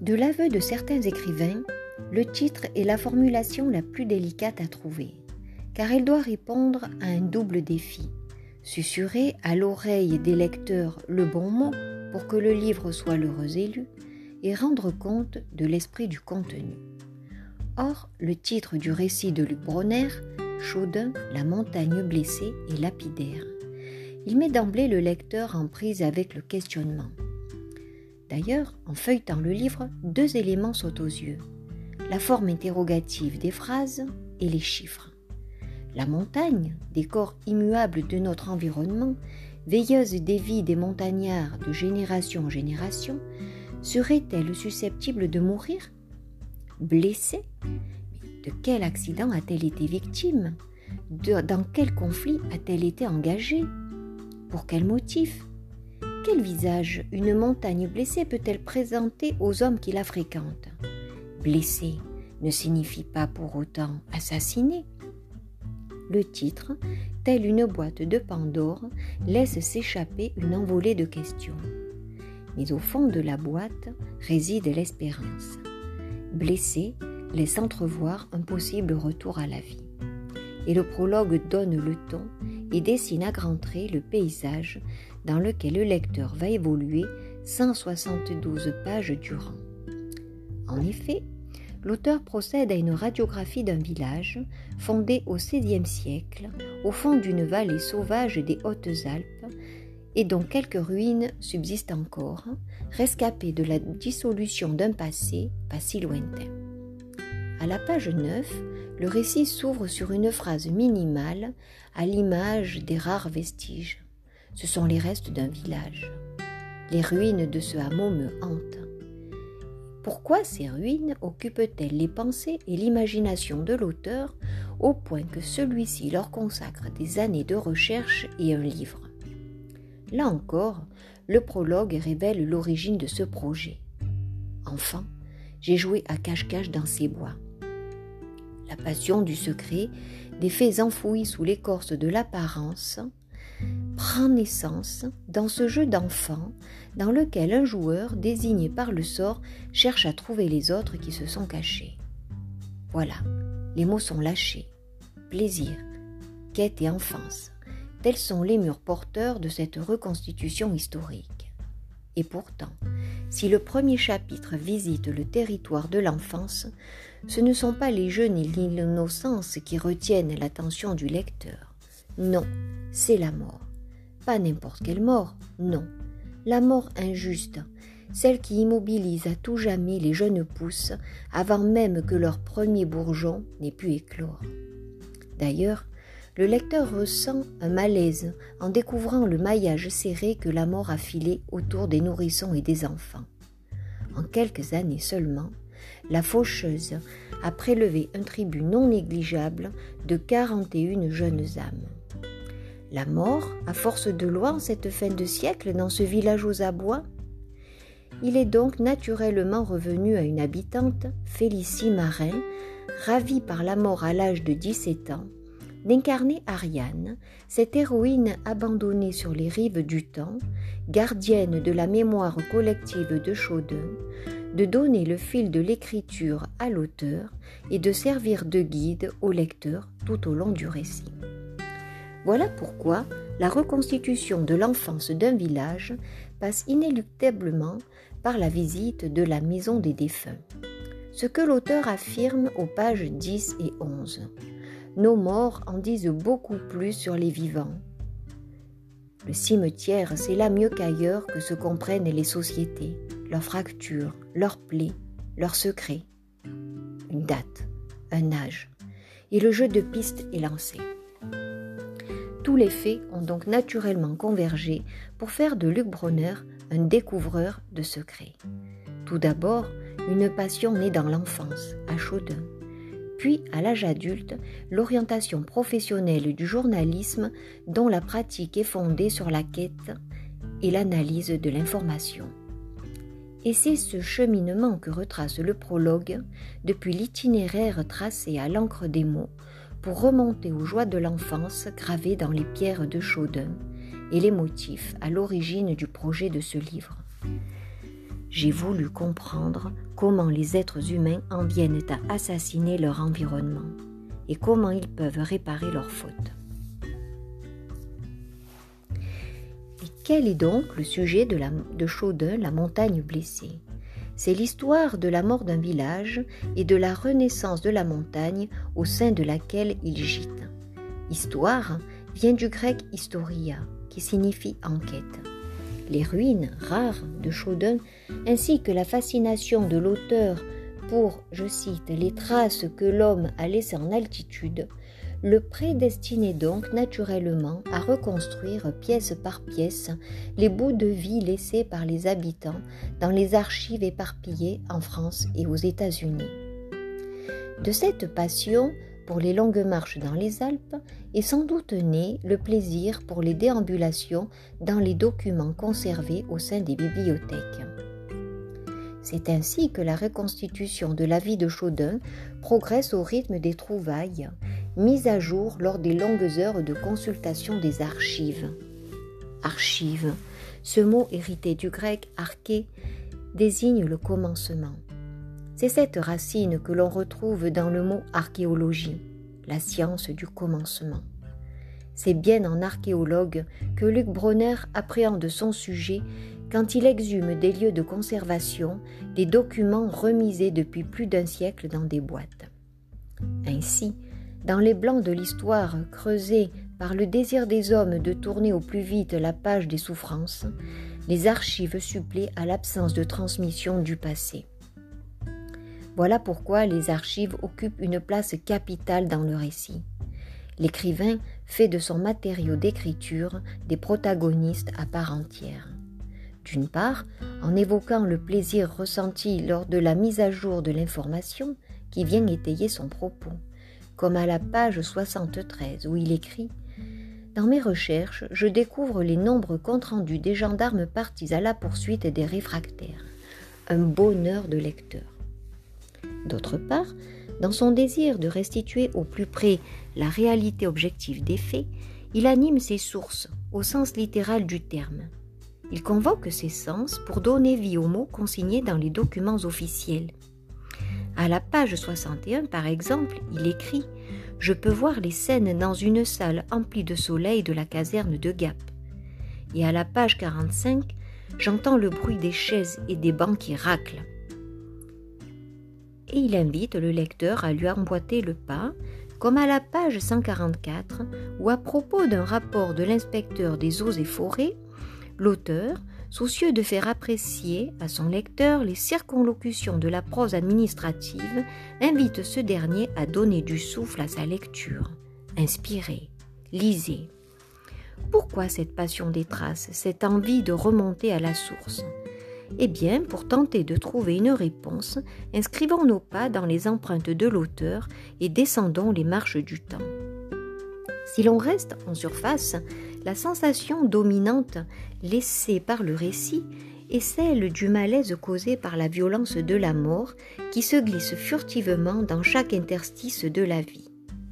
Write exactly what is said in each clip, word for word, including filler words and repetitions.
De l'aveu de certains écrivains, le titre est la formulation la plus délicate à trouver, car elle doit répondre à un double défi, susurrer à l'oreille des lecteurs le bon mot pour que le livre soit l'heureux élu, et rendre compte de l'esprit du contenu. Or, le titre du récit de Luc Bronner, Chaudun, la montagne blessée, est lapidaire. Il met d'emblée le lecteur en prise avec le questionnement. D'ailleurs, en feuilletant le livre, deux éléments sautent aux yeux. La forme interrogative des phrases et les chiffres. La montagne, décor immuable de notre environnement, veilleuse des vies des montagnards de génération en génération, serait-elle susceptible de mourir? Blessée? De quel accident a-t-elle été victime? de, Dans quel conflit a-t-elle été engagée? Pour quel motif? Quel visage une montagne blessée peut-elle présenter aux hommes qui la fréquentent? Blessée ne signifie pas pour autant assassiner. Le titre, tel une boîte de Pandore, laisse s'échapper une envolée de questions. Mais au fond de la boîte réside l'espérance. Blessée laisse entrevoir un possible retour à la vie. Et le prologue donne le ton et dessine à grands traits le paysage dans lequel le lecteur va évoluer cent soixante-douze pages durant. En effet, l'auteur procède à une radiographie d'un village fondé au seizième siècle au fond d'une vallée sauvage des Hautes-Alpes et dont quelques ruines subsistent encore, rescapées de la dissolution d'un passé pas si lointain. À la page neuf, le récit s'ouvre sur une phrase minimale à l'image des rares vestiges. Ce sont les restes d'un village. Les ruines de ce hameau me hantent. Pourquoi ces ruines occupent-elles les pensées et l'imagination de l'auteur au point que celui-ci leur consacre des années de recherche et un livre? Là encore, le prologue révèle l'origine de ce projet. Enfant, j'ai joué à cache-cache dans ces bois. La passion du secret, des faits enfouis sous l'écorce de l'apparence, prend naissance dans ce jeu d'enfant dans lequel un joueur, désigné par le sort, cherche à trouver les autres qui se sont cachés. Voilà, les mots sont lâchés. Plaisir, quête et enfance, tels sont les murs porteurs de cette reconstitution historique. Et pourtant, si le premier chapitre visite le territoire de l'enfance, ce ne sont pas les jeux ni l'innocence qui retiennent l'attention du lecteur. Non, c'est la mort. Pas n'importe quelle mort, non. La mort injuste, celle qui immobilise à tout jamais les jeunes pousses avant même que leur premier bourgeon n'ait pu éclore. D'ailleurs, le lecteur ressent un malaise en découvrant le maillage serré que la mort a filé autour des nourrissons et des enfants. En quelques années seulement, la faucheuse a prélevé un tribut non négligeable de quarante et une jeunes âmes. La mort, à force de loi en cette fin de siècle dans ce village aux abois? Il est donc naturellement revenu à une habitante, Félicie Marin, ravie par la mort à l'âge de dix-sept ans, d'incarner Ariane, cette héroïne abandonnée sur les rives du temps, gardienne de la mémoire collective de Chaudun, de donner le fil de l'écriture à l'auteur et de servir de guide au lecteur tout au long du récit. Voilà pourquoi la reconstitution de l'enfance d'un village passe inéluctablement par la visite de la maison des défunts. Ce que l'auteur affirme aux pages dix et onze. Nos morts en disent beaucoup plus sur les vivants. Le cimetière, c'est là mieux qu'ailleurs que se comprennent les sociétés, leurs fractures, leurs plaies, leurs secrets. Une date, un âge, et le jeu de piste est lancé. Tous les faits ont donc naturellement convergé pour faire de Luc Bronner un découvreur de secrets. Tout d'abord, une passion née dans l'enfance, à Chaudun. Puis, à l'âge adulte, l'orientation professionnelle du journalisme dont la pratique est fondée sur la quête et l'analyse de l'information. Et c'est ce cheminement que retrace le prologue depuis l'itinéraire tracé à l'encre des mots pour remonter aux joies de l'enfance gravées dans les pierres de Chaudun et les motifs à l'origine du projet de ce livre. j'ai voulu comprendre comment les êtres humains en viennent à assassiner leur environnement et comment ils peuvent réparer leurs fautes. Et quel est donc le sujet de, la, de Chaudun, la montagne blessée ? C'est l'histoire de la mort d'un village et de la renaissance de la montagne au sein de laquelle il gîte. Histoire vient du grec historia, qui signifie enquête. Les ruines rares de Chaudun, ainsi que la fascination de l'auteur pour, je cite, les traces que l'homme a laissées en altitude, le prédestinait donc naturellement à reconstruire pièce par pièce les bouts de vie laissés par les habitants dans les archives éparpillées en France et aux États-Unis. De cette passion pour les longues marches dans les Alpes est sans doute né le plaisir pour les déambulations dans les documents conservés au sein des bibliothèques. C'est ainsi que la reconstitution de la vie de Chaudun progresse au rythme des trouvailles, mises à jour lors des longues heures de consultation des archives. Archives, ce mot hérité du grec arché, désigne le commencement. C'est cette racine que l'on retrouve dans le mot archéologie, la science du commencement. C'est bien en archéologue que Luc Bronner appréhende son sujet quand il exhume des lieux de conservation des documents remisés depuis plus d'un siècle dans des boîtes. Ainsi, dans les blancs de l'histoire creusés par le désir des hommes de tourner au plus vite la page des souffrances, les archives suppléent à l'absence de transmission du passé. Voilà pourquoi les archives occupent une place capitale dans le récit. L'écrivain fait de son matériau d'écriture des protagonistes à part entière. D'une part, en évoquant le plaisir ressenti lors de la mise à jour de l'information qui vient étayer son propos, comme à la page soixante-treize où il écrit « Dans mes recherches, je découvre les nombreux comptes rendus des gendarmes partis à la poursuite des réfractaires. Un bonheur de lecteur. » D'autre part, dans son désir de restituer au plus près la réalité objective des faits, il anime ses sources au sens littéral du terme. Il convoque ces sens pour donner vie aux mots consignés dans les documents officiels. À la page soixante et un, par exemple, il écrit « Je peux voir les scènes dans une salle emplie de soleil de la caserne de Gap. » Et à la page quarante-cinq, « J'entends le bruit des chaises et des bancs qui raclent. » Et il invite le lecteur à lui emboîter le pas, comme à la page cent quarante-quatre, où à propos d'un rapport de l'inspecteur des eaux et forêts, l'auteur, soucieux de faire apprécier à son lecteur les circonlocutions de la prose administrative, invite ce dernier à donner du souffle à sa lecture. Inspirez, lisez. Pourquoi cette passion des traces, cette envie de remonter à la source ? Eh bien, pour tenter de trouver une réponse, inscrivons nos pas dans les empreintes de l'auteur et descendons les marches du temps. Si l'on reste en surface, la sensation dominante laissée par le récit est celle du malaise causé par la violence de la mort qui se glisse furtivement dans chaque interstice de la vie.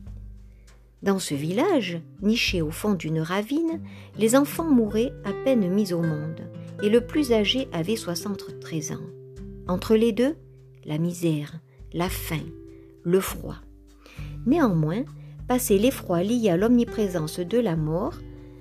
Dans ce village, niché au fond d'une ravine, les enfants mouraient à peine mis au monde, et le plus âgé avait soixante-treize ans. Entre les deux, la misère, la faim, le froid. Néanmoins, passé l'effroi lié à l'omniprésence de la mort,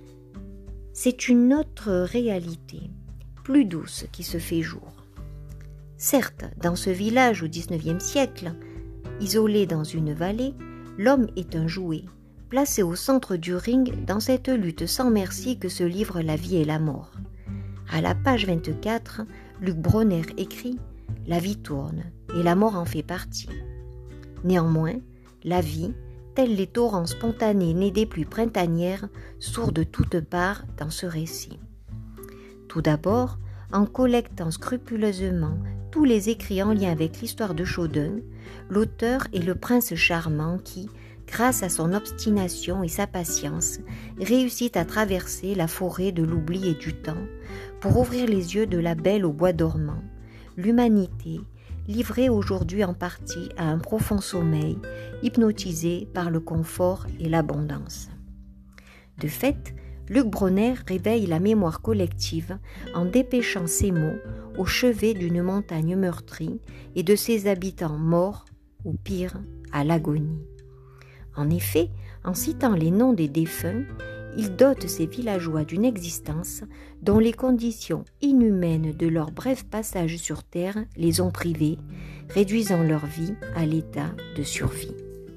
c'est une autre réalité, plus douce, qui se fait jour. Certes, dans ce village au dix-neuvième siècle, isolé dans une vallée, l'homme est un jouet, placé au centre du ring dans cette lutte sans merci que se livrent la vie et la mort. À la page vingt-quatre, Luc Bronner écrit « La vie tourne, et la mort en fait partie. » Néanmoins, la vie, tels les torrents spontanés nés des pluies printanières, sourd de toutes parts dans ce récit. Tout d'abord, en collectant scrupuleusement tous les écrits en lien avec l'histoire de Chaudun, l'auteur est le prince charmant qui, grâce à son obstination et sa patience, réussit à traverser la forêt de l'oubli et du temps pour ouvrir les yeux de la belle au bois dormant, l'humanité, livrée aujourd'hui en partie à un profond sommeil, hypnotisée par le confort et l'abondance. De fait, Luc Bronner réveille la mémoire collective en dépêchant ces mots au chevet d'une montagne meurtrie et de ses habitants morts, ou pire, à l'agonie. En effet, en citant les noms des défunts, il dote ces villageois d'une existence dont les conditions inhumaines de leur bref passage sur terre les ont privés, réduisant leur vie à l'état de survie.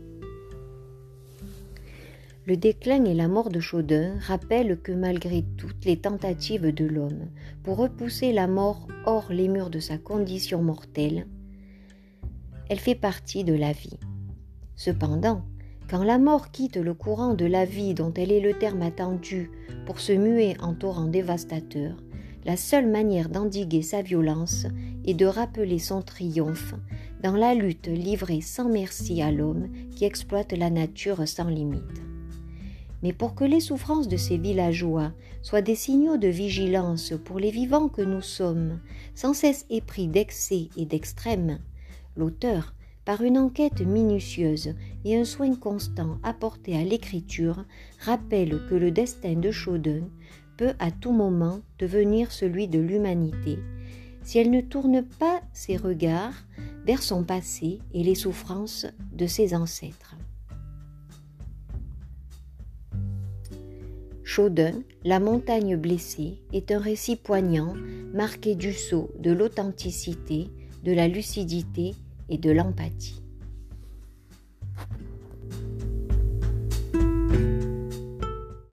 Le déclin et la mort de Chaudun rappellent que malgré toutes les tentatives de l'homme pour repousser la mort hors les murs de sa condition mortelle, elle fait partie de la vie. Cependant, quand la mort quitte le courant de la vie dont elle est le terme attendu pour se muer en torrent dévastateur, la seule manière d'endiguer sa violence est de rappeler son triomphe dans la lutte livrée sans merci à l'homme qui exploite la nature sans limite. Mais pour que les souffrances de ces villageois soient des signaux de vigilance pour les vivants que nous sommes, sans cesse épris d'excès et d'extrêmes, l'auteur, par une enquête minutieuse et un soin constant apporté à l'écriture, rappelle que le destin de Chaudun peut à tout moment devenir celui de l'humanité, si elle ne tourne pas ses regards vers son passé et les souffrances de ses ancêtres. Chaudun, la montagne blessée, est un récit poignant, marqué du sceau de l'authenticité, de la lucidité et de l'empathie.